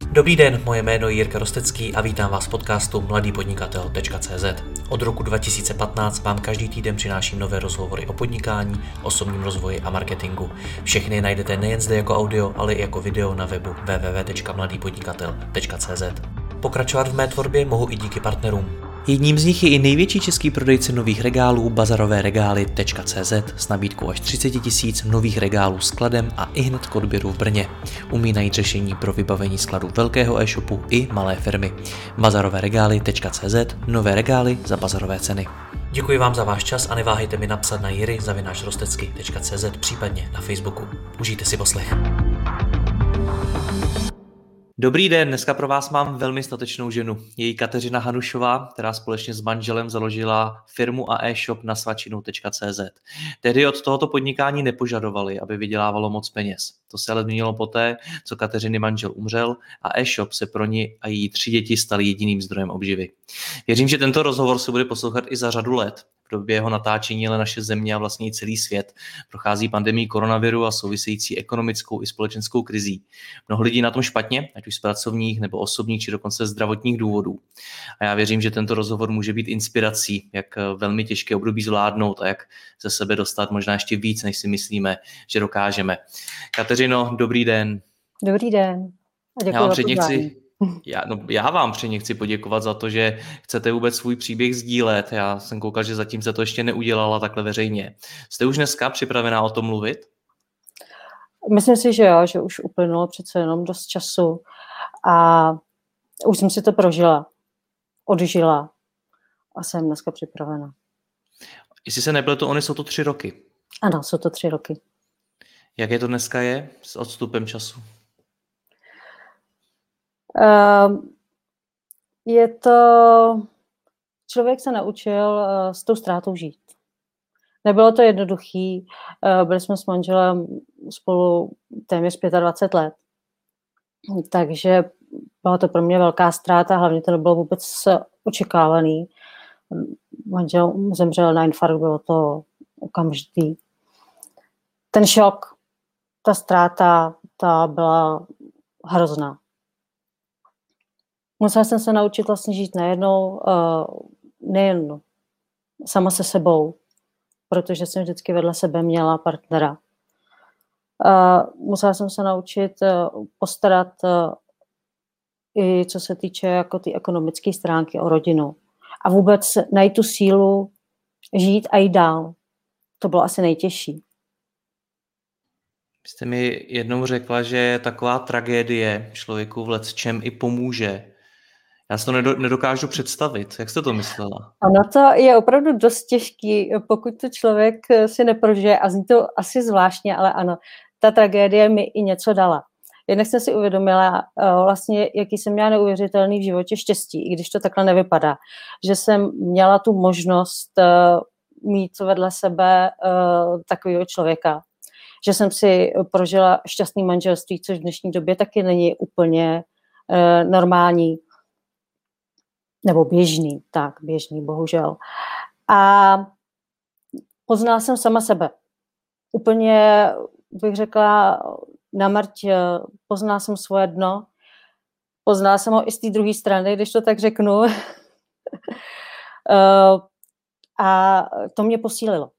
Dobrý den, moje jméno je Jirka Rostecký a vítám vás v podcastu mladýpodnikatel.cz. Od roku 2015 vám každý týden přináším nové rozhovory o podnikání, osobním rozvoji a marketingu. Všechny najdete nejen zde jako audio, ale i jako video na webu www.mladýpodnikatel.cz. Pokračovat v mé tvorbě mohu i díky partnerům. Jedním z nich je i největší český prodejce nových regálů bazaroveregály.cz s nabídkou až 30 000 nových regálů skladem a ihned k odběru v Brně. Umí najít řešení pro vybavení skladu velkého e-shopu i malé firmy. bazaroveregály.cz, nové regály za bazarové ceny. Děkuji vám za váš čas a neváhejte mi napsat na jiry@rostecky.cz, případně na Facebooku. Užijte si poslech. Dobrý den, dneska pro vás mám velmi statečnou ženu. Je Kateřina Hanušová, která společně s manželem založila firmu a e-shop na svačinu.cz. Tehdy od tohoto podnikání nepožadovali, aby vydělávalo moc peněz. To se ale změnilo poté, co Kateřiny manžel umřel a e-shop se pro ní a její 3 děti staly jediným zdrojem obživy. Věřím, že tento rozhovor se bude poslouchat i za řadu let. V době jeho natáčení ale naše země a vlastně i celý svět prochází pandemií koronaviru a související ekonomickou i společenskou krizí. Mnoho lidí na tom špatně, ať už z pracovních nebo osobních či dokonce zdravotních důvodů. A já věřím, že tento rozhovor může být inspirací, jak velmi těžké období zvládnout a jak ze sebe dostat možná ještě víc, než si myslíme, že dokážeme. Kateřino, dobrý den. Dobrý den. A děkuji za pozvání. Já vám předně chci poděkovat za to, že chcete vůbec svůj příběh sdílet. Já jsem koukal, že zatím se to ještě neudělala takhle veřejně. Jste už dneska připravená o tom mluvit? Myslím si, že jo, že už uplynulo přece jenom dost času a už jsem si to prožila, odžila a jsem dneska připravena. Jestli se nepletu, ony jsou to 3 roky. Ano, jsou to 3 roky. Jak to dneska je s odstupem času? Je to... Člověk se naučil s tou ztrátou žít. Nebylo to jednoduchý. Byli jsme s manželem spolu téměř 25 let. Takže byla to pro mě velká ztráta, hlavně to nebylo vůbec očekávaný. Manžel zemřel na infarkt, bylo to okamžitý. Ten šok, ta ztráta, ta byla hrozná. Musela jsem se naučit vlastně žít najednou, nejen sama se sebou, protože jsem vždycky vedle sebe měla partnera. Musela jsem se naučit postarat i co se týče jako ty ekonomické stránky o rodinu. A vůbec najít tu sílu žít a jít dál. To bylo asi nejtěžší. Jste mi jednou řekla, že taková tragédie člověku v lecčem i pomůže. Já si to nedokážu představit. Jak jste to myslela? Ono to je opravdu dost těžký, pokud to člověk si neprožije, a zní to asi zvláštně, ale ano, ta tragédie mi i něco dala. Jednak jsem si uvědomila vlastně, jaký jsem měla neuvěřitelný v životě štěstí, i když to takhle nevypadá. Že jsem měla tu možnost mít vedle sebe takového člověka. Že jsem si prožila šťastný manželství, což v dnešní době taky není úplně normální. Nebo běžný, bohužel. A poznala jsem sama sebe. Úplně bych řekla namrť, poznala jsem svoje dno, poznala jsem ho i z té druhé strany, když to tak řeknu. A to mě posílilo.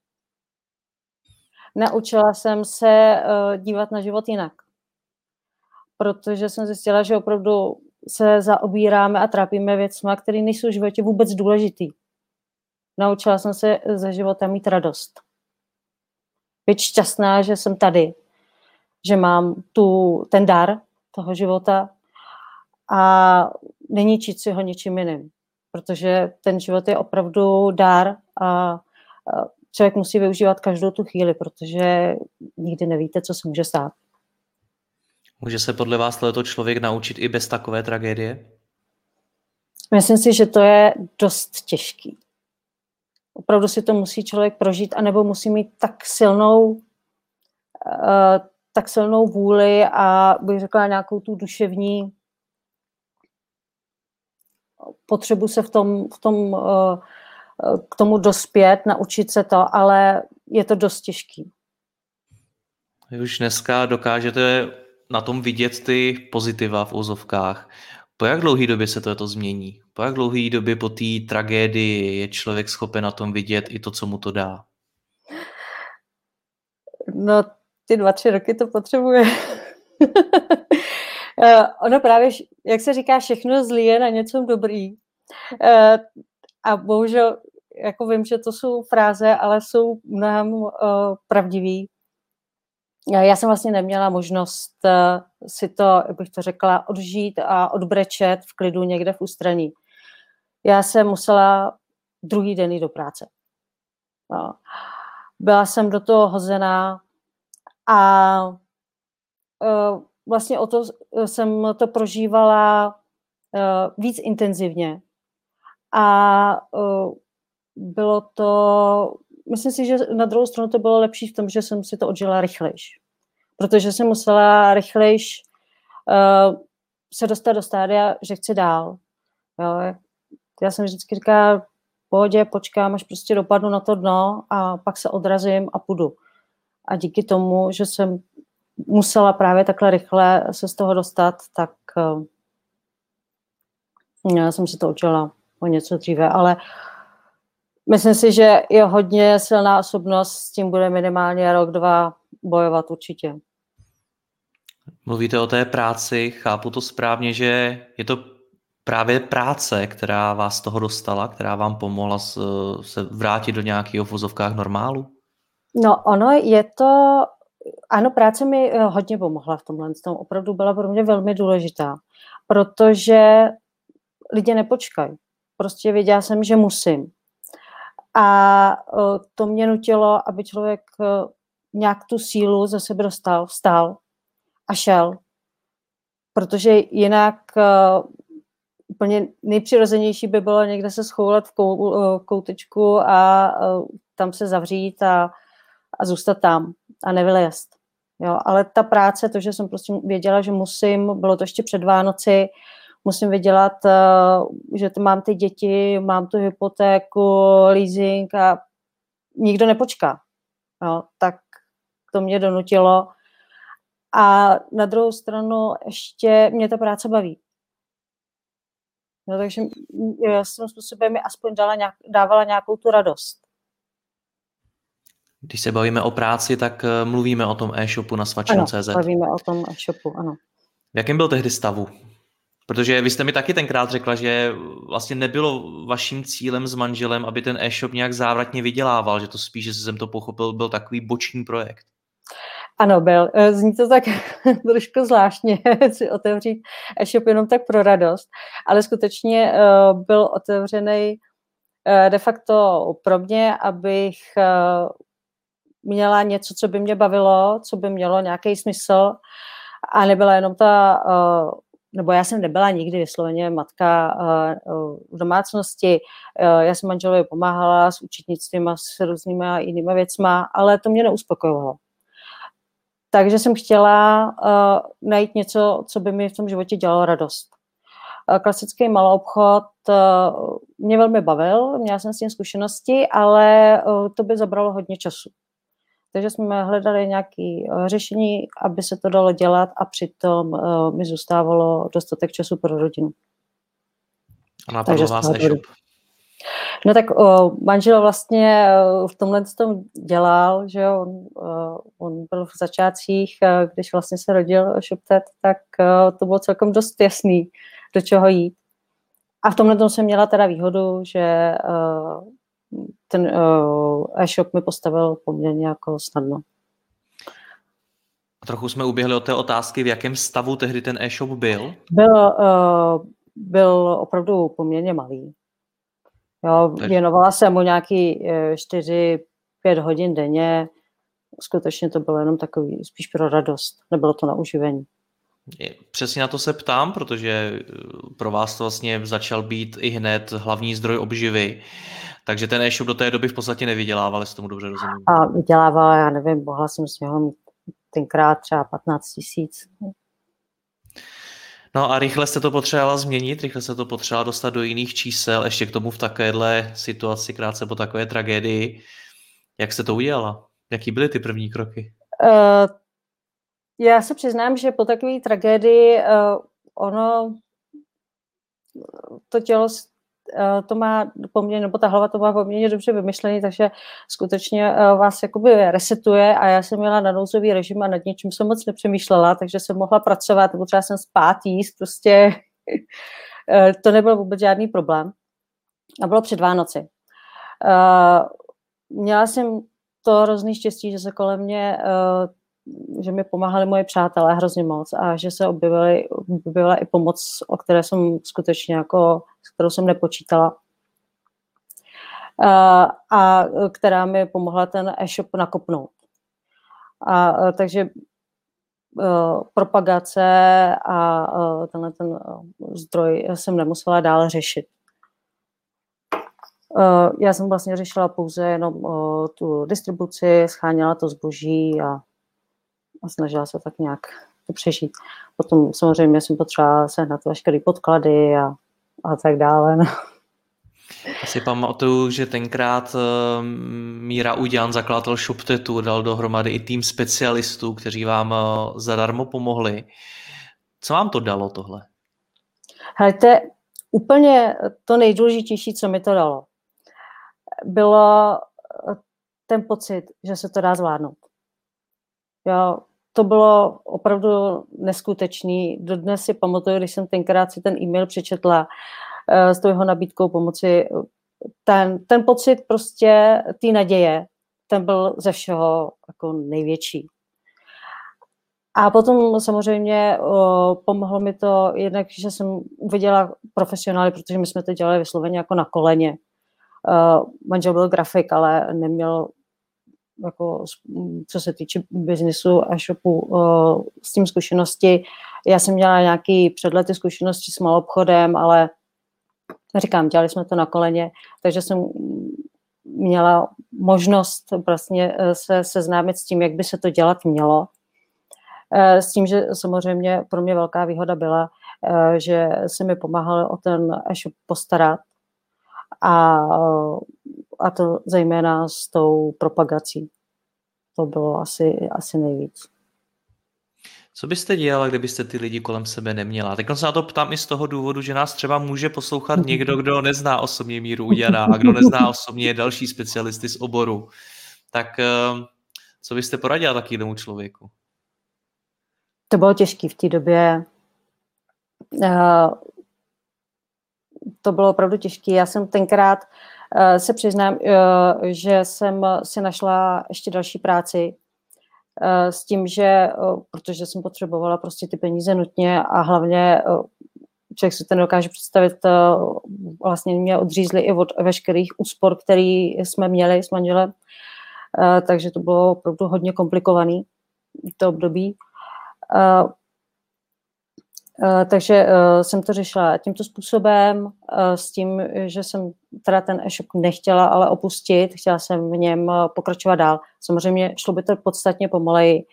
Naučila jsem se dívat na život jinak. Protože jsem zjistila, že opravdu se zaobíráme a trápíme věcma, které nejsou v životě vůbec důležitý. Naučila jsem se ze života mít radost. Být šťastná, že jsem tady, že mám ten dar toho života a neníčit si ho ničím jiným. Protože ten život je opravdu dar a člověk musí využívat každou tu chvíli, protože nikdy nevíte, co se může stát. Může se podle vás tohleto člověk naučit i bez takové tragédie? Myslím si, že to je dost těžký. Opravdu si to musí člověk prožít, anebo musí mít tak silnou vůli a bych řekla nějakou tu duševní potřebu se k tomu dospět, naučit se to, ale je to dost těžký. Vy už dneska dokážete na tom vidět ty pozitiva v úzovkách. Po jak dlouhé době se to změní? Po jak dlouhé době po té tragédii je člověk schopen na tom vidět i to, co mu to dá? No, ty 2-3 roky to potřebuje. Ono právě, jak se říká, všechno zlý je na něčem dobrý. A bohužel, jako vím, že to jsou fráze, ale jsou mnohem pravdivý. Já jsem vlastně neměla možnost si to, jak bych to řekla, odžít a odbrečet v klidu někde v ústraní. Já jsem musela druhý den jít do práce. No. Byla jsem do toho hozená a vlastně o to jsem to prožívala víc intenzivně. A bylo to, myslím si, že na druhou stranu to bylo lepší v tom, že jsem si to odžila rychlejš. Protože jsem musela rychlejš se dostat do stádia, že chci dál. Jo. Já jsem vždycky říkala, v pohodě, počkám, až prostě dopadnu na to dno a pak se odrazím a půjdu. A díky tomu, že jsem musela právě takhle rychle se z toho dostat, tak já jsem si to učila o něco dříve, ale myslím si, že je hodně silná osobnost, s tím bude minimálně rok, 2 bojovat určitě. Mluvíte o té práci, chápu to správně, že je to právě práce, která vás z toho dostala, která vám pomohla se vrátit do nějakého v vozovkách normálu? No, ono je to, ano, práce mi hodně pomohla v tomhle. Opravdu byla pro mě velmi důležitá, protože lidi nepočkají. Prostě věděla jsem, že musím. A to mě nutilo, aby člověk nějak tu sílu ze sebe dostal, vstal a šel. Protože jinak úplně nejpřirozenější by bylo někde se schoulet v koutečku a tam se zavřít a zůstat tam a nevylézt. Jo, ale ta práce, to, že jsem prostě věděla, že musím, bylo to ještě před Vánoci, musím vydělat, že mám ty děti, mám tu hypotéku, leasing a nikdo nepočká. Jo, tak to mě donutilo. A na druhou stranu ještě mě ta práce baví. No, takže s tím způsobem mi aspoň dávala nějakou tu radost. Když se bavíme o práci, tak mluvíme o tom e-shopu na svačinu.cz. Ano, bavíme o tom e-shopu, ano. V jakém byl tehdy stavu? Protože vy jste mi taky tenkrát řekla, že vlastně nebylo vaším cílem s manželem, aby ten e-shop nějak závratně vydělával, že to spíš, že jsem to pochopil, byl takový boční projekt. Ano, byl. Zní to tak trošku zvláštně si otevřít e-shop jenom tak pro radost, ale skutečně byl otevřený de facto pro mě, abych měla něco, co by mě bavilo, co by mělo nějaký smysl a nebyla jenom ta, nebo já jsem nebyla nikdy vysloveně matka v domácnosti, já jsem manželovi pomáhala s účetnictvím a s různýma jinýma věcma, ale to mě neuspokojovalo. Takže jsem chtěla najít něco, co by mi v tom životě dělalo radost. Klasický maloobchod mě velmi bavil, měla jsem s tím zkušenosti, ale to by zabralo hodně času. Takže jsme hledali nějaké řešení, aby se to dalo dělat a přitom mi zůstávalo dostatek času pro rodinu. A napadl vás e-shop? No tak manžel vlastně v tomhle tom dělal, že on byl v začátcích, když vlastně se rodil ShopTet, tak to bylo celkem dost jasný, do čeho jít. A v tomhle tom jsem měla teda výhodu, že ten e-shop mi postavil poměrně jako snadno. A trochu jsme uběhli od té otázky, v jakém stavu tehdy ten e-shop byl? Byl opravdu poměrně malý. Jo, věnovala jsem mu nějaký 4-5 hodin denně. Skutečně to bylo jenom takový spíš pro radost. Nebylo to na uživení. Přesně na to se ptám, protože pro vás to vlastně začal být i hned hlavní zdroj obživy. Takže ten e-shop do té doby v podstatě nevydělával, jestli tomu dobře rozumím. A vydělávala, já nevím, mohla jsem z něho mít tenkrát třeba 15 000. No a rychle jste to potřebovala změnit, rychle jste to potřebovala dostat do jiných čísel, ještě k tomu v takovéhle situaci, krátce po takové tragédii. Jak jste to udělala? Jaký byly ty první kroky? Já se přiznám, že po takové tragédii ono to tělo to má poměrně, nebo ta hlava to má poměrně dobře vymyšlený, takže skutečně vás jakoby resetuje a já jsem měla na nouzový režim a nad něčím jsem moc nepřemýšlela, takže jsem mohla pracovat, nebo třeba jsem spát, jíst, prostě to nebyl vůbec žádný problém. A bylo před Vánoci. Měla jsem to hrozný štěstí, že se kolem mě, že mi pomáhali moje přátelé hrozně moc a že se objevila i pomoc, o které jsem skutečně jako, s kterou jsem nepočítala. A která mi pomohla ten e-shop nakopnout. A takže propagace a tenhle ten zdroj jsem nemusela dále řešit. Já jsem vlastně řešila pouze jenom tu distribuci, scháněla to zboží a snažila se tak nějak to přežít. Potom samozřejmě jsem potřebovala sehnat veškeré podklady a tak dále. Asi pamatuju, že tenkrát Míra Uďan, zakladatel ShopTetu, dal dohromady i tým specialistů, kteří vám zadarmo pomohli. Co vám to dalo tohle? Hejte, úplně to nejdůležitější, co mi to dalo, bylo ten pocit, že se to dá zvládnout. Jo, to bylo opravdu neskutečný. Dodnes si pamatuju, když jsem tenkrát si ten e-mail přečetla s tou jeho nabídkou pomoci, ten pocit prostě té naděje, ten byl ze všeho jako největší. A potom samozřejmě pomohlo mi to jednak, že jsem uviděla profesionály, protože my jsme to dělali vysloveně jako na koleně. Manžel byl grafik, ale neměl, jako, co se týče biznisu a shopu, s tím zkušenosti. Já jsem měla nějaký předlety zkušenosti s maloobchodem, ale říkám, dělali jsme to na koleně, takže jsem měla možnost vlastně se seznámit s tím, jak by se to dělat mělo. S tím, že samozřejmě pro mě velká výhoda byla, že se mi pomáhalo o ten e-shop postarat a to zejména s tou propagací. To bylo asi nejvíc. Co byste dělala, kdybyste ty lidi kolem sebe neměla? Tak se na to ptám i z toho důvodu, že nás třeba může poslouchat někdo, kdo nezná osobně Míru Uďana a kdo nezná osobně další specialisty z oboru. Tak co byste poradila takovému člověku? To bylo těžké v té době. To bylo opravdu těžké. Já jsem tenkrát se přiznám, že jsem si našla ještě další práci s tím, že protože jsem potřebovala prostě ty peníze nutně a hlavně člověk si to nedokáže představit, vlastně mě odřízli i od veškerých úspor, který jsme měli s manželem, takže to bylo opravdu hodně komplikovaný to období. Takže jsem to řešila tímto způsobem, s tím, že jsem teda ten e-shop nechtěla ale opustit, chtěla jsem v něm pokračovat dál. Samozřejmě šlo by to podstatně pomaleji,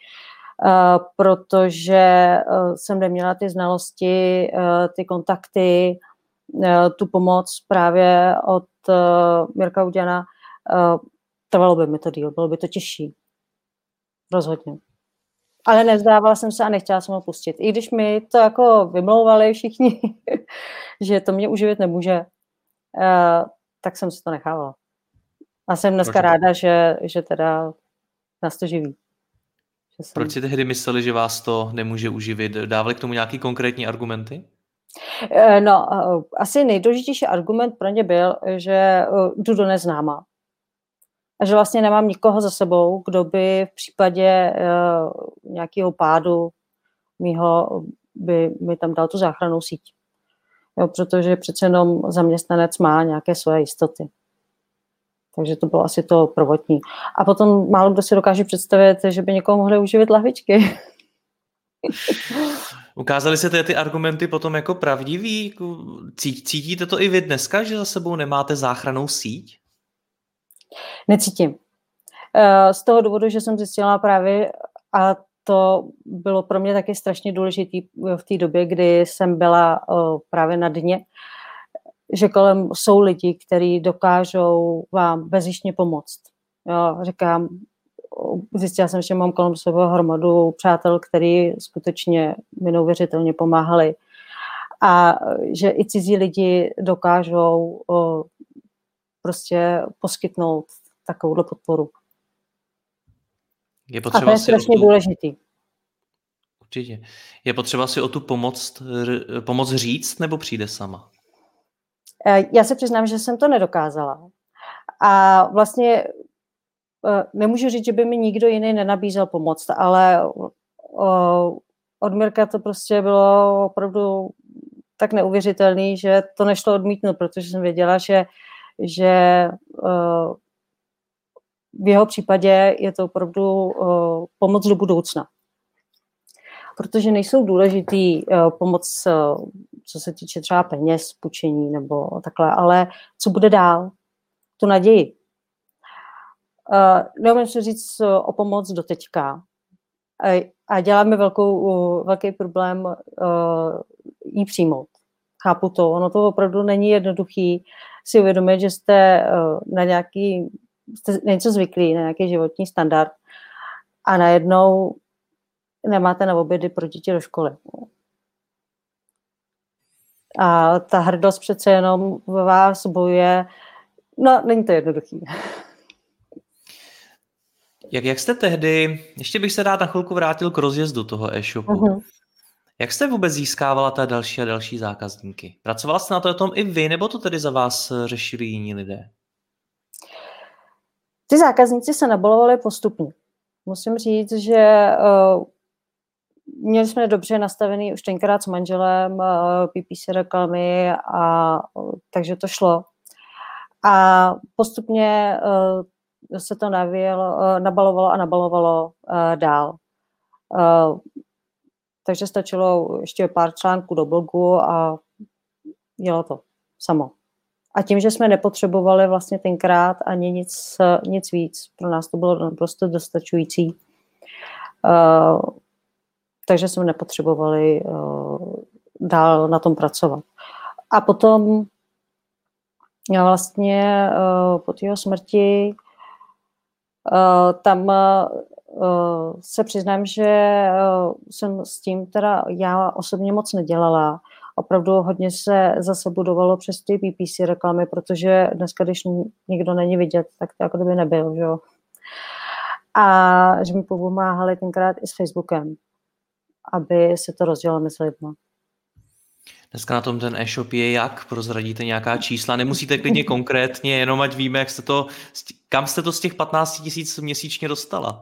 protože jsem neměla ty znalosti, ty kontakty, tu pomoc právě od Mirka Uďana. Trvalo by mi to díl, bylo by to těžší. Rozhodně. Ale nezdávala jsem se a nechtěla jsem ho pustit. I když mi to jako vymlouvali všichni, že to mě uživit nemůže, tak jsem si to nechávala. A jsem dneska ráda, že teda nás to živí. Proč si tehdy mysleli, že vás to nemůže uživit? Dávali k tomu nějaký konkrétní argumenty? No, asi nejdůležitější argument pro ně byl, že jdu do neznáma. A že vlastně nemám nikoho za sebou, kdo by v případě nějakého pádu mýho by mi tam dal tu záchrannou síť. Jo, protože přece jenom zaměstnanec má nějaké svoje jistoty. Takže to bylo asi to prvotní. A potom málo kdo si dokáže představit, že by někoho mohli uživit lahvičky. Ukázaly se ty argumenty potom jako pravdivý? Cítíte to i vy dneska, že za sebou nemáte záchrannou síť? Necítím. Z toho důvodu, že jsem zjistila právě, a to bylo pro mě taky strašně důležitý v té době, kdy jsem byla právě na dně, že kolem jsou lidi, kteří dokážou vám bezištně pomoct. Jo, říkám, zjistila jsem, že mám kolem sebe hromadu přátel, který skutečně mi neuvěřitelně pomáhali. A že i cizí lidi dokážou prostě poskytnout takovouhle podporu. Je potřeba a to je strašně důležitý. Určitě. Je potřeba si o tu pomoc říct, nebo přijde sama? Já se přiznám, že jsem to nedokázala. A vlastně nemůžu říct, že by mi nikdo jiný nenabízel pomoc, ale od Mirka to prostě bylo opravdu tak neuvěřitelný, že to nešlo odmítnout, protože jsem věděla, že v jeho případě je to opravdu pomoc do budoucna. Protože nejsou důležitý pomoc, co se týče třeba peněz, půjčení nebo takhle, ale co bude dál, tu naději. Neumím si říct o pomoc do teďka. A dělá mi velký problém jí přijmout. Chápu to, ono to opravdu není jednoduchý si uvědomit, že jste jste něco zvyklí, na nějaký životní standard a najednou nemáte na obědy pro děti do školy. A ta hrdost přece jenom ve vás bojuje. No, není to jednoduchý. Jak jste tehdy, ještě bych se rád na chvilku vrátil k rozjezdu toho e-shopu. Uh-huh. Jak jste vůbec získávala ta další a další zákazníky? Pracovala jste na tom i vy, nebo to tedy za vás řešili jiní lidé? Ty zákazníci se nabalovali postupně. Musím říct, že měli jsme dobře nastavený už tenkrát s manželem PPC reklamy, takže to šlo. A postupně se to nabalovalo dál. Takže stačilo ještě pár článků do blogu a jelo to samo. A tím, že jsme nepotřebovali vlastně tenkrát ani nic víc, pro nás to bylo naprosto dostačující. Takže jsme nepotřebovali dál na tom pracovat. A potom vlastně po jeho smrti tam se přiznám, že jsem s tím teda já osobně moc nedělala. Opravdu hodně se zase budovalo přes ty PPC reklamy, protože dneska, když nikdo není vidět, tak to jako kdyby nebyl, že jo. A že mi pomáhali tenkrát i s Facebookem, aby se to rozdělilo mezi lidma. Dneska na tom ten e-shop je jak? Prozradíte nějaká čísla? Nemusíte klidně konkrétně, jenom ať víme, kam jste to z těch 15 000 měsíčně dostala?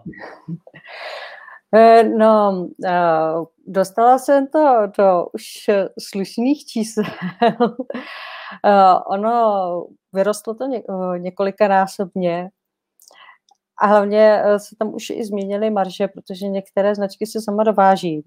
No, dostala jsem to do už slušných čísel. Ono vyrostlo to několikanásobně a hlavně se tam už i změnily marže, protože některé značky se sama dováží.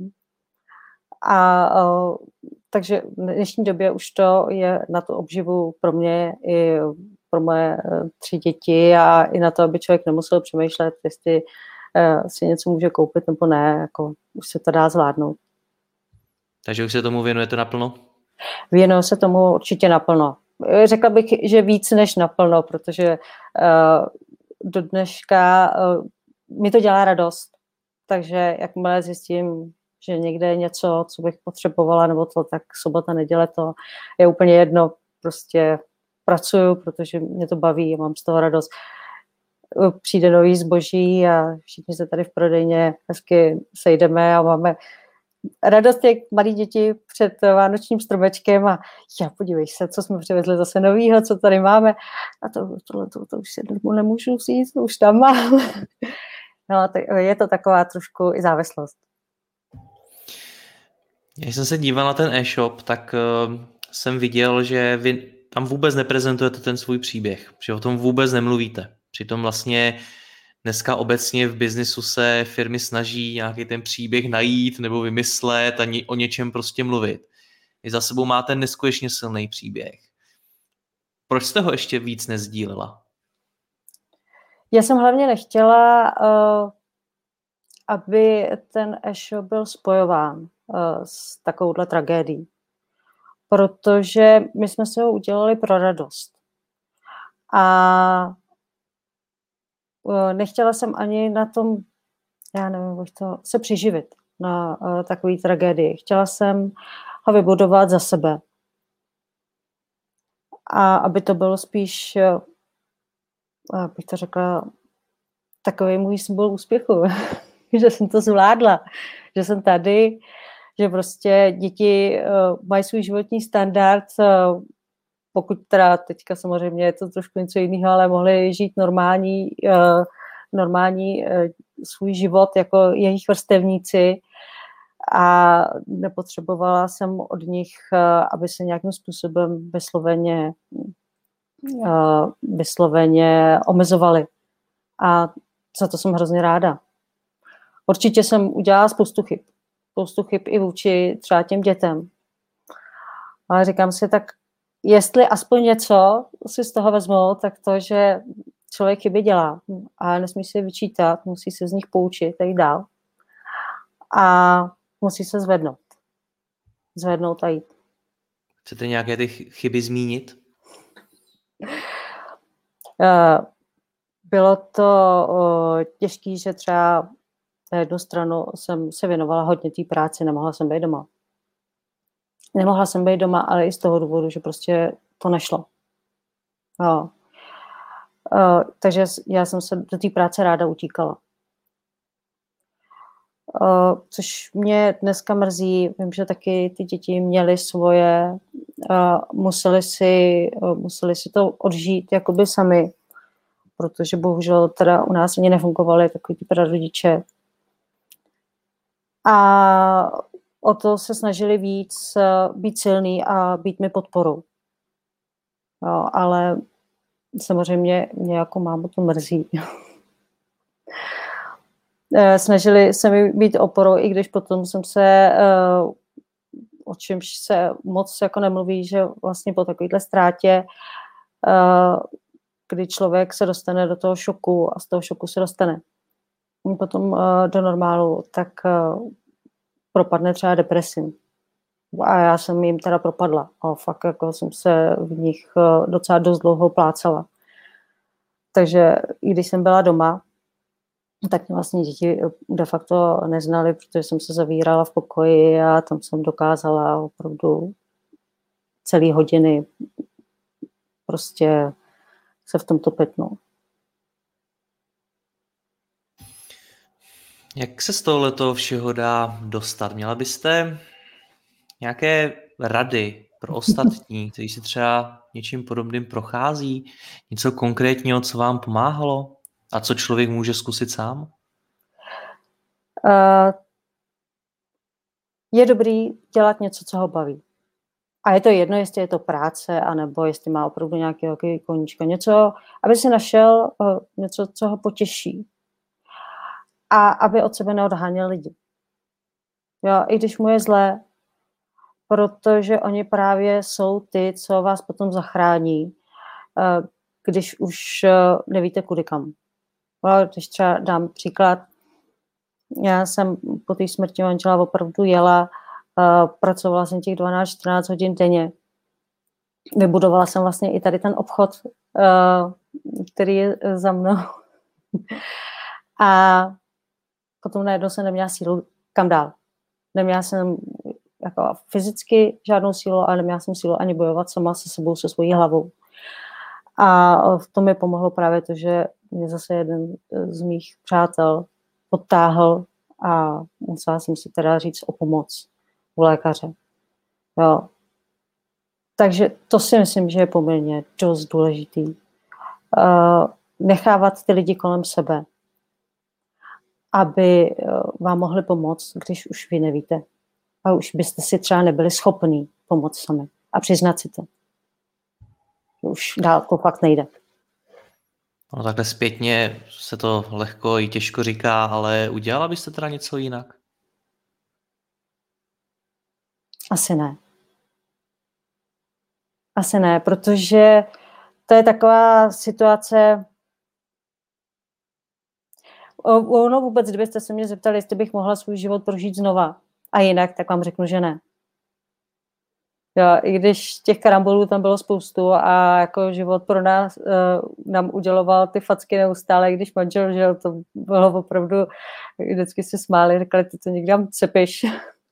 Takže v dnešní době už to je na tu obživu pro mě i pro moje 3 děti a i na to, aby člověk nemusel přemýšlet, jestli si něco může koupit nebo ne, jako už se to dá zvládnout. Takže už se tomu věnujete naplno? Věnuju se tomu určitě naplno. Řekla bych, že víc než naplno, protože do dneška mi to dělá radost. Takže jakmile zjistím, že někde je něco, co bych potřebovala, nebo to, tak sobota, neděle, to je úplně jedno. Prostě pracuju, protože mě to baví a mám z toho radost. Přijde nový zboží a všichni se tady v prodejně hezky sejdeme a máme radost jak malí děti před vánočním stromečkem a podívej se, co jsme přivezli zase novýho, co tady máme. A to už si nemůžu říct, to už tam mám. No, je to taková trošku i závislost. Když jsem se díval na ten e-shop, tak jsem viděl, že vy tam vůbec neprezentujete ten svůj příběh, že o tom vůbec nemluvíte. Přitom vlastně dneska obecně v biznisu se firmy snaží nějaký ten příběh najít nebo vymyslet a o něčem prostě mluvit. Vy za sebou máte neskutečně silný příběh. Proč jste ho ještě víc nezdílela? Já jsem hlavně nechtěla, aby ten e-shop byl spojován s takovouhle tragédií. Protože my jsme se ho udělali pro radost. A nechtěla jsem ani na tom, já nevím, jak to, se přiživit na takové tragédii. Chtěla jsem ho vybudovat za sebe. A aby to bylo spíš, bych to řekla, takový můj symbol úspěchu, že jsem to zvládla, že jsem tady, že prostě děti mají svůj životní standard, pokud teda teďka samozřejmě je to trošku něco jiného, ale mohli žít normální svůj život jako jejich vrstevníci a nepotřebovala jsem od nich, aby se nějakým způsobem vysloveně omezovali. A za to jsem hrozně ráda. Určitě jsem udělala spoustu chyb i vůči třeba těm dětem. Ale říkám si, tak jestli aspoň něco si z toho vezmu, tak to, že člověk chyby dělá a nesmí si je vyčítat, musí se z nich poučit a jít dál. A musí se zvednout. Zvednout a jít. Chcete nějaké ty chyby zmínit? Bylo to těžké, že třeba na jednu stranu jsem se věnovala hodně té práci, nemohla jsem být doma. Nemohla jsem být doma, ale i z toho důvodu, že prostě to nešlo. Jo. Takže já jsem se do té práce ráda utíkala. Což mě dneska mrzí. Vím, že taky ty děti měly svoje, museli si to odžít jakoby sami, protože bohužel teda u nás ani nefungovaly takový ty prarodiče. A o to se snažili víc být silný a být mi podporou. Jo, ale samozřejmě mě jako mámu to mrzí. Snažili se mi být oporou, i když potom jsem se, o čemž se moc jako nemluví, že vlastně po takovéhle ztrátě, kdy člověk se dostane do toho šoku a z toho šoku se dostane potom do normálu, tak propadne třeba depresi. A já jsem jim teda propadla. A fakt jako jsem se v nich docela dost dlouho plácala. Takže i když jsem byla doma, tak mě vlastně děti de facto neznali, protože jsem se zavírala v pokoji a tam jsem dokázala opravdu celý hodiny prostě se v tom topit. No. Jak se z tohoto všeho dá dostat? Měla byste nějaké rady pro ostatní, kteří si třeba něčím podobným prochází? Něco konkrétního, co vám pomáhalo? A co člověk může zkusit sám? Je dobrý dělat něco, co ho baví. A je to jedno, jestli je to práce, anebo jestli má opravdu nějakého koníčka. Něco, aby si našel něco, co ho potěší. A aby od sebe neodháněl lidi. Jo, i když mu je zlé, protože oni právě jsou ty, co vás potom zachrání, když už nevíte kudy kam. Když třeba dám příklad, já jsem po té smrti manžela opravdu jela, pracovala jsem těch 12-14 hodin denně. Vybudovala jsem vlastně i tady ten obchod, který je za mnou. A potom najednou jsem neměla sílu kam dál. Neměla jsem jako fyzicky žádnou sílu, ale neměla jsem sílu ani bojovat sama se sebou, se svojí hlavou. A v tom mi pomohlo právě to, že mě zase jeden z mých přátel podtáhl a musela jsem si teda říct o pomoc u lékaře. Jo. Takže to si myslím, že je poměrně dost důležitý. Nechávat ty lidi kolem sebe, aby vám mohli pomoct, když už vy nevíte. A už byste si třeba nebyli schopní pomoct sami. A přiznat si to. Už dál to fakt nejde. No takhle zpětně se to lehko i těžko říká, ale udělala byste teda něco jinak? Asi ne. Asi ne, protože to je taková situace. Ono vůbec, kdybyste se mě zeptali, jestli bych mohla svůj život prožít znova a jinak, tak vám řeknu, že ne. Jo, i když těch karambolů tam bylo spoustu a jako život pro nás nám uděloval ty facky neustále, když manžel žil, to bylo opravdu, vždycky se smáli, říkali, ty to někde cepeš.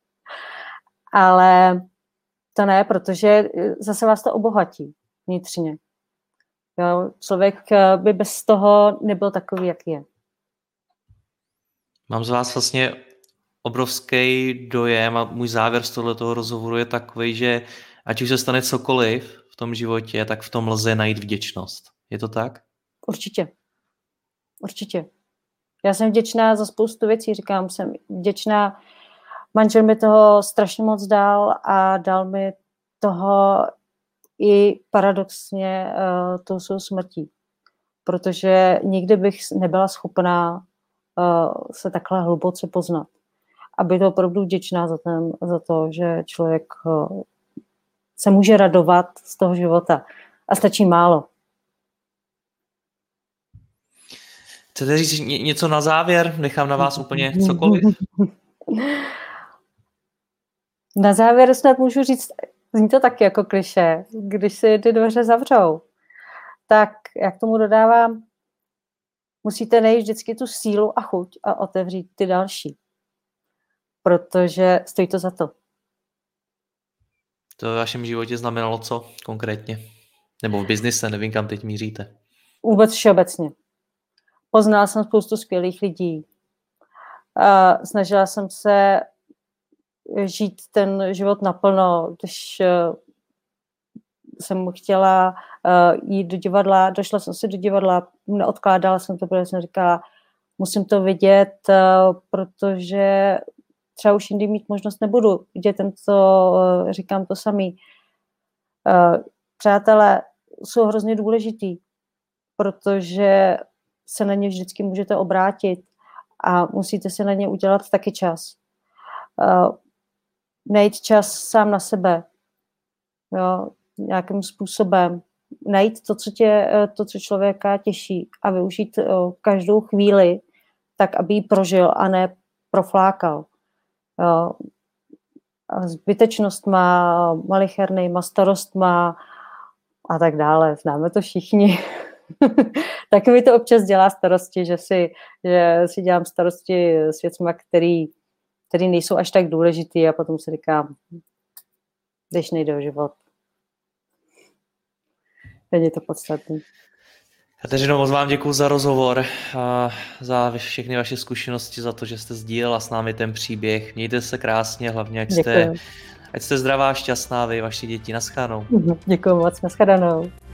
Ale to ne, protože zase vás to obohatí vnitřně. Jo, člověk by bez toho nebyl takový, jaký je. Mám z vás vlastně obrovský dojem a můj závěr z tohoto rozhovoru je takový, že ať už se stane cokoliv v tom životě, tak v tom lze najít vděčnost. Je to tak? Určitě. Určitě. Já jsem vděčná za spoustu věcí, říkám, jsem vděčná. Manžel mi toho strašně moc dal a dal mi toho i paradoxně tou svou smrtí. Protože nikdy bych nebyla schopná se takhle hluboce poznat. A být opravdu vděčná za to, že člověk se může radovat z toho života. A stačí málo. Chcete říct něco na závěr? Nechám na vás úplně cokoliv. Na závěr snad můžu říct, zní to taky jako klišé, když si ty dveře zavřou, tak jak tomu dodávám, musíte najít vždycky tu sílu a chuť a otevřít ty další. Protože stojí to za to. To v vašem životě znamenalo co konkrétně? Nebo v biznise, nevím, kam teď míříte. Vůbec všeobecně. Poznala jsem spoustu skvělých lidí. Snažila jsem se žít ten život naplno. Když jsem chtěla jít do divadla, došla jsem si do divadla, neodkládala jsem to, protože jsem říkala, musím to vidět, protože třeba už jindy mít možnost nebudu. Dětem to říkám to samý. Přátelé jsou hrozně důležitý, protože se na ně vždycky můžete obrátit a musíte se na ně udělat taky čas. Najít čas sám na sebe, jo, nějakým způsobem. Najít to, co člověka těší a využít každou chvíli tak, aby ji prožil a ne proflákal. Jo. A zbytečnost má, malicherný má, starost má a tak dále. Známe to všichni. Taky mi to občas dělá starosti, že si dělám starosti s věcmi, který nejsou až tak důležitý a potom si říkám, když nejde o život. Není to podstatné. Kateřino, moc vám děkuju za rozhovor, za všechny vaše zkušenosti, za to, že jste sdílela s námi ten příběh. Mějte se krásně, hlavně ať jste zdravá, šťastná, vy, vaše děti. Naschledanou. Děkuju moc, naschledanou.